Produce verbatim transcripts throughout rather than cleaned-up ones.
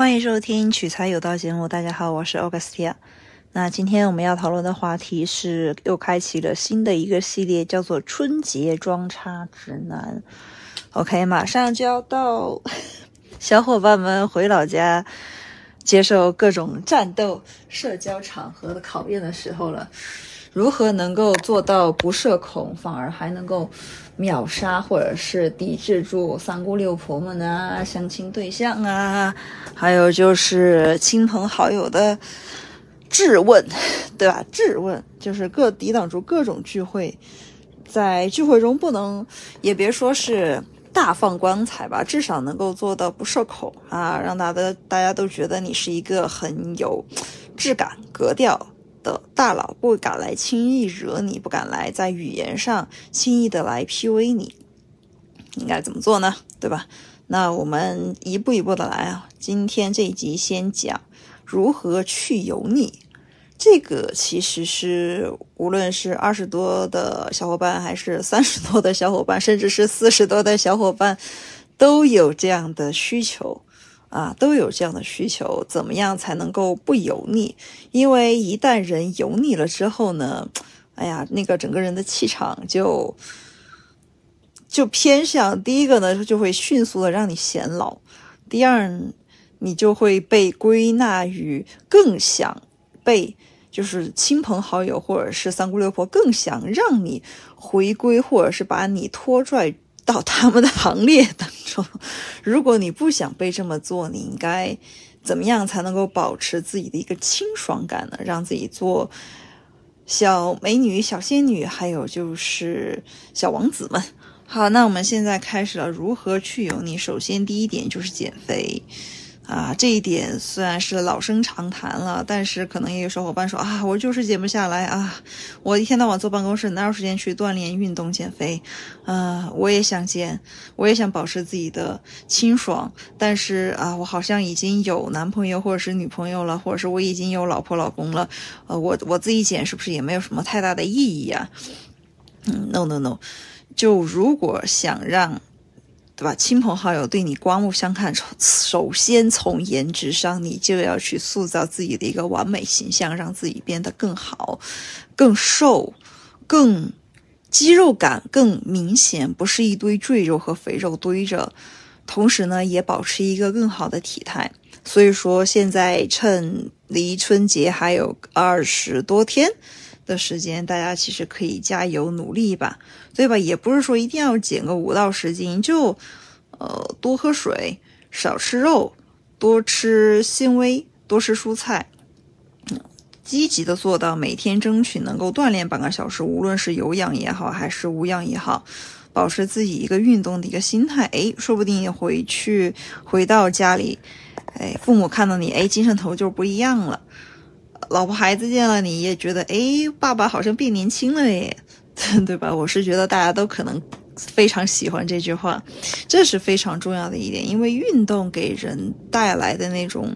欢迎收听取材有道节目，大家好，我是 Augustia。那今天我们要讨论的话题是又开启了新的一个系列，叫做春节装叉指南。OK， 马上就要到小伙伴们回老家接受各种战斗社交场合的考验的时候了。如何能够做到不社恐，反而还能够秒杀或者是抵制住三姑六婆们啊、相亲对象啊，还有就是亲朋好友的质问，对吧？质问就是各抵挡住各种聚会，在聚会中不能，也别说是大放光彩吧，至少能够做到不社恐啊，让大家大家都觉得你是一个很有质感、格调的大佬，不敢来轻易惹你，不敢来在语言上轻易的来 P U A 你，应该怎么做呢？对吧？那我们一步一步的来啊。今天这一集先讲如何去油腻。这个其实是无论是二十多的小伙伴，还是三十多的小伙伴，甚至是四十多的小伙伴，都有这样的需求啊，都有这样的需求。怎么样才能够不油腻？因为一旦人油腻了之后呢，哎呀，那个整个人的气场就就偏向，第一个呢，就会迅速的让你显老；第二，你就会被归纳于更想被，就是亲朋好友或者是三姑六婆更想让你回归，或者是把你拖拽到他们的行列当中。如果你不想被这么做，你应该怎么样才能够保持自己的一个清爽感呢？让自己做小美女、小仙女，还有就是小王子们。好，那我们现在开始了如何去油腻。首先第一点就是减肥啊，这一点虽然是老生常谈了，但是可能也有小伙伴说啊，我就是减不下来啊，我一天到晚坐办公室，哪有时间去锻炼、运动、减肥啊？我也想减，我也想保持自己的清爽，但是啊，我好像已经有男朋友或者是女朋友了，或者是我已经有老婆老公了，呃，我我自己减是不是也没有什么太大的意义啊？嗯 ，no no no， 就如果想让，对吧，亲朋好友对你刮目相看，首先从颜值上，你就要去塑造自己的一个完美形象，让自己变得更好、更瘦、更肌肉感更明显，不是一堆赘肉和肥肉堆着。同时呢，也保持一个更好的体态。所以说，现在趁离春节还有二十多天的时间，大家其实可以加油努力吧，对吧？也不是说一定要减个五到十斤，就呃多喝水，少吃肉，多吃纤维，多吃蔬菜，嗯，积极的做到每天争取能够锻炼半个小时，无论是有氧也好，还是无氧也好，保持自己一个运动的一个心态。诶，说不定回去回到家里，哎，父母看到你，哎，精神头就不一样了。老婆孩子见了你也觉得，哎，爸爸好像变年轻了耶，对吧？我是觉得大家都可能非常喜欢这句话，这是非常重要的一点，因为运动给人带来的那种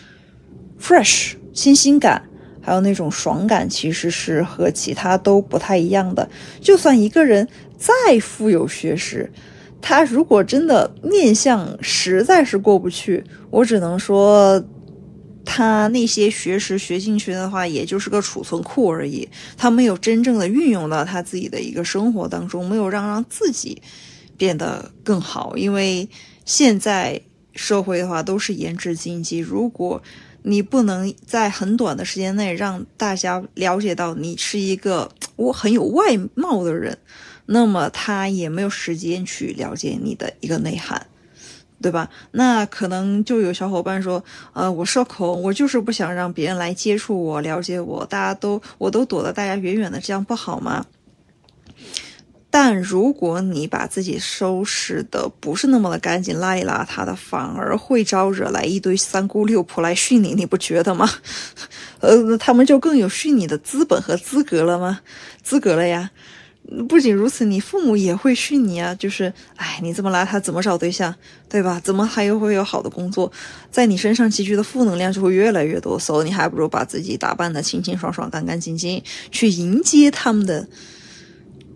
fresh 新鲜感，还有那种爽感，其实是和其他都不太一样的。就算一个人再富有学识，他如果真的面相实在是过不去，我只能说他那些学识学进去的话，也就是个储存库而已，他没有真正的运用到他自己的一个生活当中，没有让让自己变得更好。因为现在社会的话都是颜值经济，如果你不能在很短的时间内让大家了解到你是一个我很有外貌的人，那么他也没有时间去了解你的一个内涵，对吧？那可能就有小伙伴说，呃，我社恐，我就是不想让别人来接触我、了解我，大家都我都躲得大家远远的，这样不好吗？但如果你把自己收拾的不是那么的干净、邋里邋遢的，反而会招惹来一堆三姑六婆来训你，你不觉得吗？呃，他们就更有训你的资本和资格了吗？资格了呀。不仅如此，你父母也会训你啊，就是哎，你这么邋遢怎么找对象，对吧？怎么还有会有好的工作？在你身上积聚的负能量就会越来越多，所以你还不如把自己打扮的清清爽爽、干干净净，去迎接他们的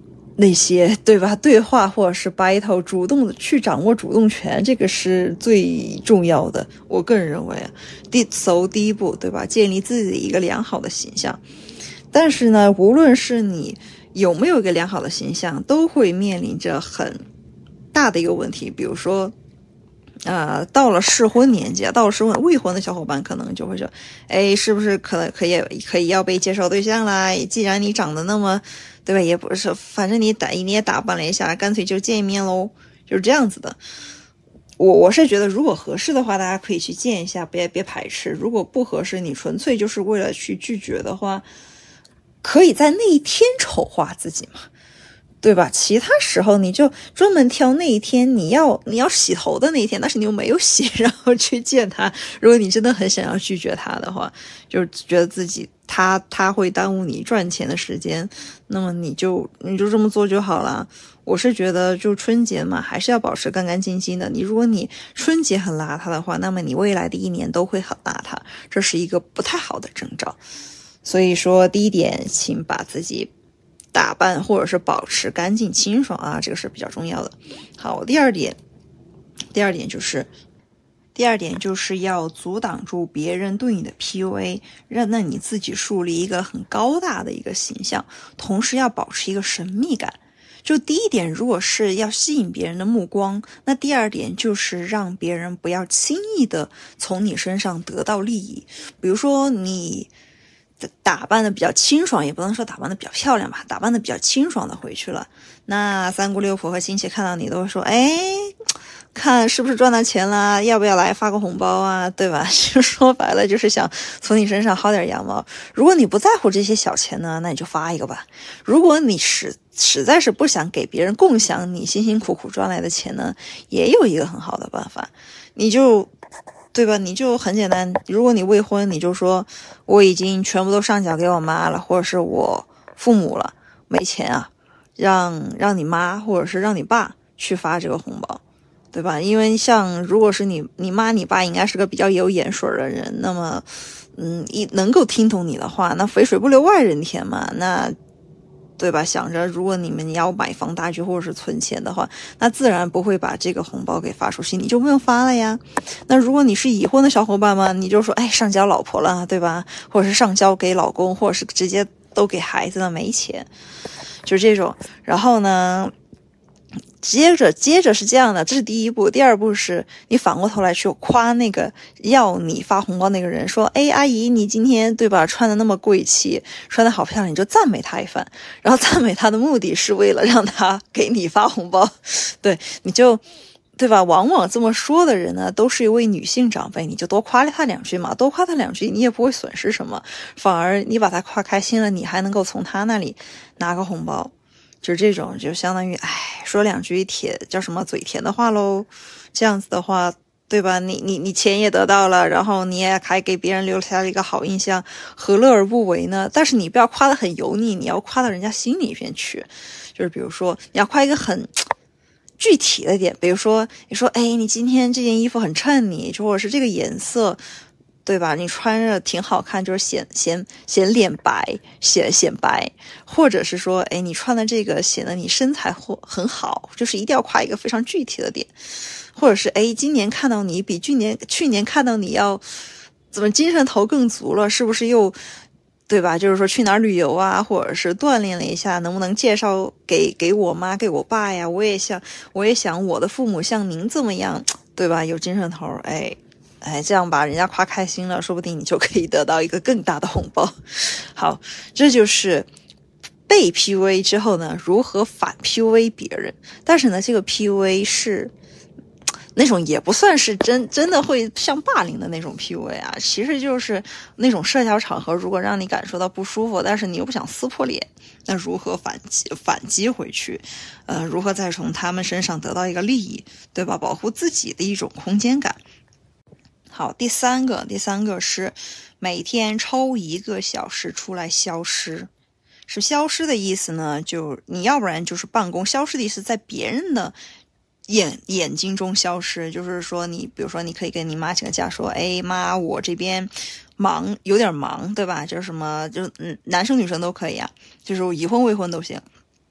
那些对吧？对话或者是 battle， 主动的去掌握主动权，这个是最重要的。我个人认为啊，第走第一步，对吧？建立自己的一个良好的形象。但是呢，无论是你有没有一个良好的形象，都会面临着很大的一个问题。比如说，呃，到了适婚年纪，到了适婚未婚的小伙伴可能就会说，哎，是不是可能可以可以要被介绍对象啦？既然你长得那么。对吧？也不是，反正你打你也打扮了一下，干脆就见一面喽，就是这样子的。我我是觉得，如果合适的话，大家可以去见一下，别别排斥。如果不合适，你纯粹就是为了去拒绝的话，可以在那一天丑化自己嘛，对吧？其他时候你就专门挑那一天你要你要洗头的那一天，但是你又没有洗，然后去见他。如果你真的很想要拒绝他的话，就觉得自己他他会耽误你赚钱的时间，那么你就你就这么做就好了。我是觉得就春节嘛，还是要保持干干净净的。你如果你春节很邋遢的话，那么你未来的一年都会很邋遢，这是一个不太好的征兆。所以说，第一点，请把自己打扮或者是保持干净清爽啊，这个是比较重要的。好，第二点，第二点就是，第二点就是要阻挡住别人对你的 P U A， 让那你自己树立一个很高大的一个形象，同时要保持一个神秘感。就第一点，如果是要吸引别人的目光，那第二点就是让别人不要轻易的从你身上得到利益。比如说你打扮的比较清爽，也不能说打扮的比较漂亮吧，打扮的比较清爽的回去了，那三姑六婆和亲戚看到你都会说，哎，看是不是赚到钱了，要不要来发个红包啊，对吧？就说白了就是想从你身上薅点羊毛。如果你不在乎这些小钱呢，那你就发一个吧。如果你实实在是不想给别人共享你辛辛苦苦赚来的钱呢，也有一个很好的办法，你就对吧？你就很简单，如果你未婚，你就说我已经全部都上缴给我妈了，或者是我父母了，没钱啊，让让你妈或者是让你爸去发这个红包，对吧？因为像如果是你你妈你爸应该是个比较有眼水的人，那么嗯，一能够听懂你的话，那肥水不流外人田嘛，那对吧？想着如果你们要买房大居或者是存钱的话，那自然不会把这个红包给发出去，你就不用发了呀。那如果你是已婚的小伙伴嘛，你就说哎，上交老婆了，对吧？或者是上交给老公，或者是直接都给孩子了，没钱，就这种。然后呢，接着接着是这样的，这是第一步。第二步是你反过头来去夸那个要你发红包那个人，说哎，阿姨你今天对吧穿的那么贵气，穿的好漂亮，你就赞美他一番。然后赞美他的目的是为了让他给你发红包，对，你就对吧？往往这么说的人呢，都是一位女性长辈，你就多夸他两句嘛，多夸他两句，你也不会损失什么，反而你把他夸开心了，你还能够从他那里拿个红包。就是这种，就相当于，哎，说两句铁叫什么嘴甜的话喽，这样子的话，对吧？你你你钱也得到了，然后你也还给别人留下了一个好印象，何乐而不为呢？但是你不要夸得很油腻，你要夸到人家心里边去。就是比如说，你要夸一个很具体的点，比如说，你说，哎，你今天这件衣服很衬你，或者是这个颜色。对吧？你穿着挺好看，就是显显显脸白，显显白，或者是说，哎，你穿的这个显得你身材或很好，就是一定要夸一个非常具体的点，或者是哎，今年看到你比去年去年看到你要怎么精神头更足了，是不是又对吧？就是说去哪儿旅游啊，或者是锻炼了一下，能不能介绍给给我妈给我爸呀？我也想我也想我的父母像您这么样，对吧？有精神头，哎。哎，这样把人家夸开心了，说不定你就可以得到一个更大的红包。好，这就是被 P U A 之后呢，如何反 P U A 别人。但是呢，这个 P U A 是那种也不算是真真的会像霸凌的那种 P U A 啊，其实就是那种社交场合，如果让你感受到不舒服，但是你又不想撕破脸，那如何反击反击回去？呃，如何再从他们身上得到一个利益，对吧？保护自己的一种空间感。好，第三个，第三个是每天抽一个小时出来消失。是消失的意思呢，就你要不然就是办公，消失的意思在别人的眼眼睛中消失，就是说你比如说你可以跟你妈请个假，说哎妈，我这边忙，有点忙，对吧？就是什么，就嗯，男生女生都可以啊，就是已婚未婚都行。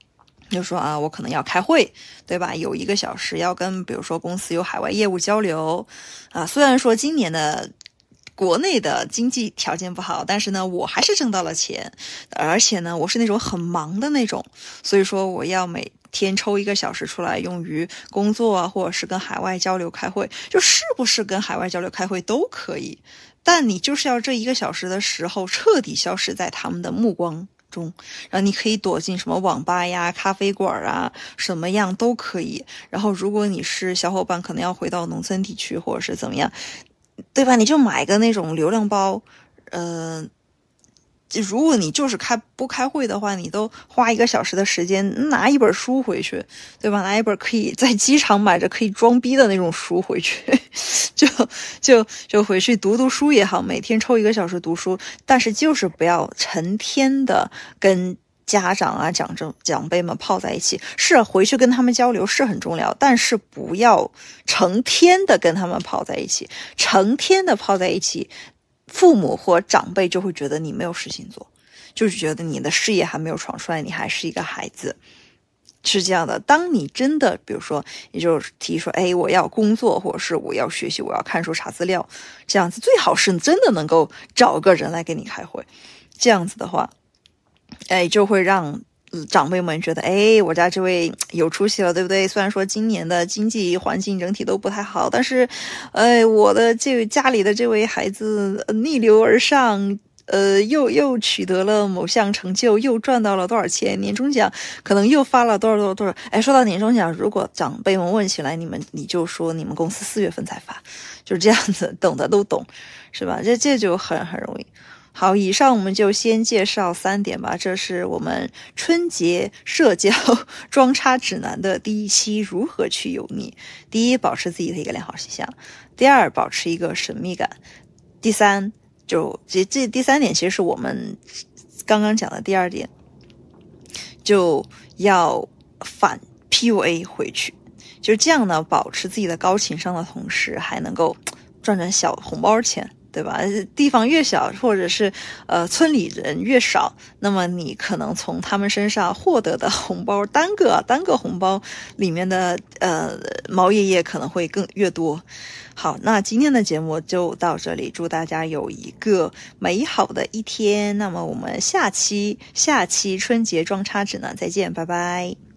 就说啊，我可能要开会，对吧？有一个小时要跟，比如说公司有海外业务交流，啊，虽然说今年的国内的经济条件不好，但是呢，我还是挣到了钱，而且呢，我是那种很忙的那种，所以说我要每天抽一个小时出来用于工作啊，或者是跟海外交流开会，就是不是跟海外交流开会都可以，但你就是要这一个小时的时候彻底消失在他们的目光中，然后你可以躲进什么网吧呀、咖啡馆啊，什么样都可以。然后如果你是小伙伴，可能要回到农村地区或者是怎么样，对吧？你就买个那种流量包，呃。如果你就是开不开会的话，你都花一个小时的时间拿一本书回去，对吧？拿一本可以在机场买着可以装逼的那种书回去，就就就回去读读书也好，每天抽一个小时读书，但是就是不要成天的跟家长啊、长长长辈们泡在一起。是回去跟他们交流是很重要，但是不要成天的跟他们泡在一起，成天的泡在一起。父母或长辈就会觉得你没有事情做，就是觉得你的事业还没有闯出来，你还是一个孩子，是这样的。当你真的比如说也就是提说，哎，我要工作，或者是我要学习，我要看书查资料，这样子最好是真的能够找个人来给你开会，这样子的话，哎，就会让长辈们觉得，哎，我家这位有出息了，对不对？虽然说今年的经济环境整体都不太好，但是，哎，我的这位家里的这位孩子逆流而上，呃，又又取得了某项成就，又赚到了多少钱，年终奖可能又发了多少多少多少。哎，说到年终奖，如果长辈们问起来，你们你就说你们公司四月份才发，就是这样子，懂的都懂，是吧？这这就很很容易。好，以上我们就先介绍三点吧。这是我们春节社交装叉指南的第一期，如何去油腻。第一，保持自己的一个良好形象；第二，保持一个神秘感；第三，就这这第三点其实是我们刚刚讲的第二点，就要反 P U A 回去。就这样呢，保持自己的高情商的同时，还能够赚赚小红包钱。对吧？地方越小，或者是呃村里人越少，那么你可能从他们身上获得的红包，单个单个红包里面的呃毛爷爷可能会更越多。好，那今天的节目就到这里，祝大家有一个美好的一天。那么我们下期下期春节装叉指南再见，拜拜。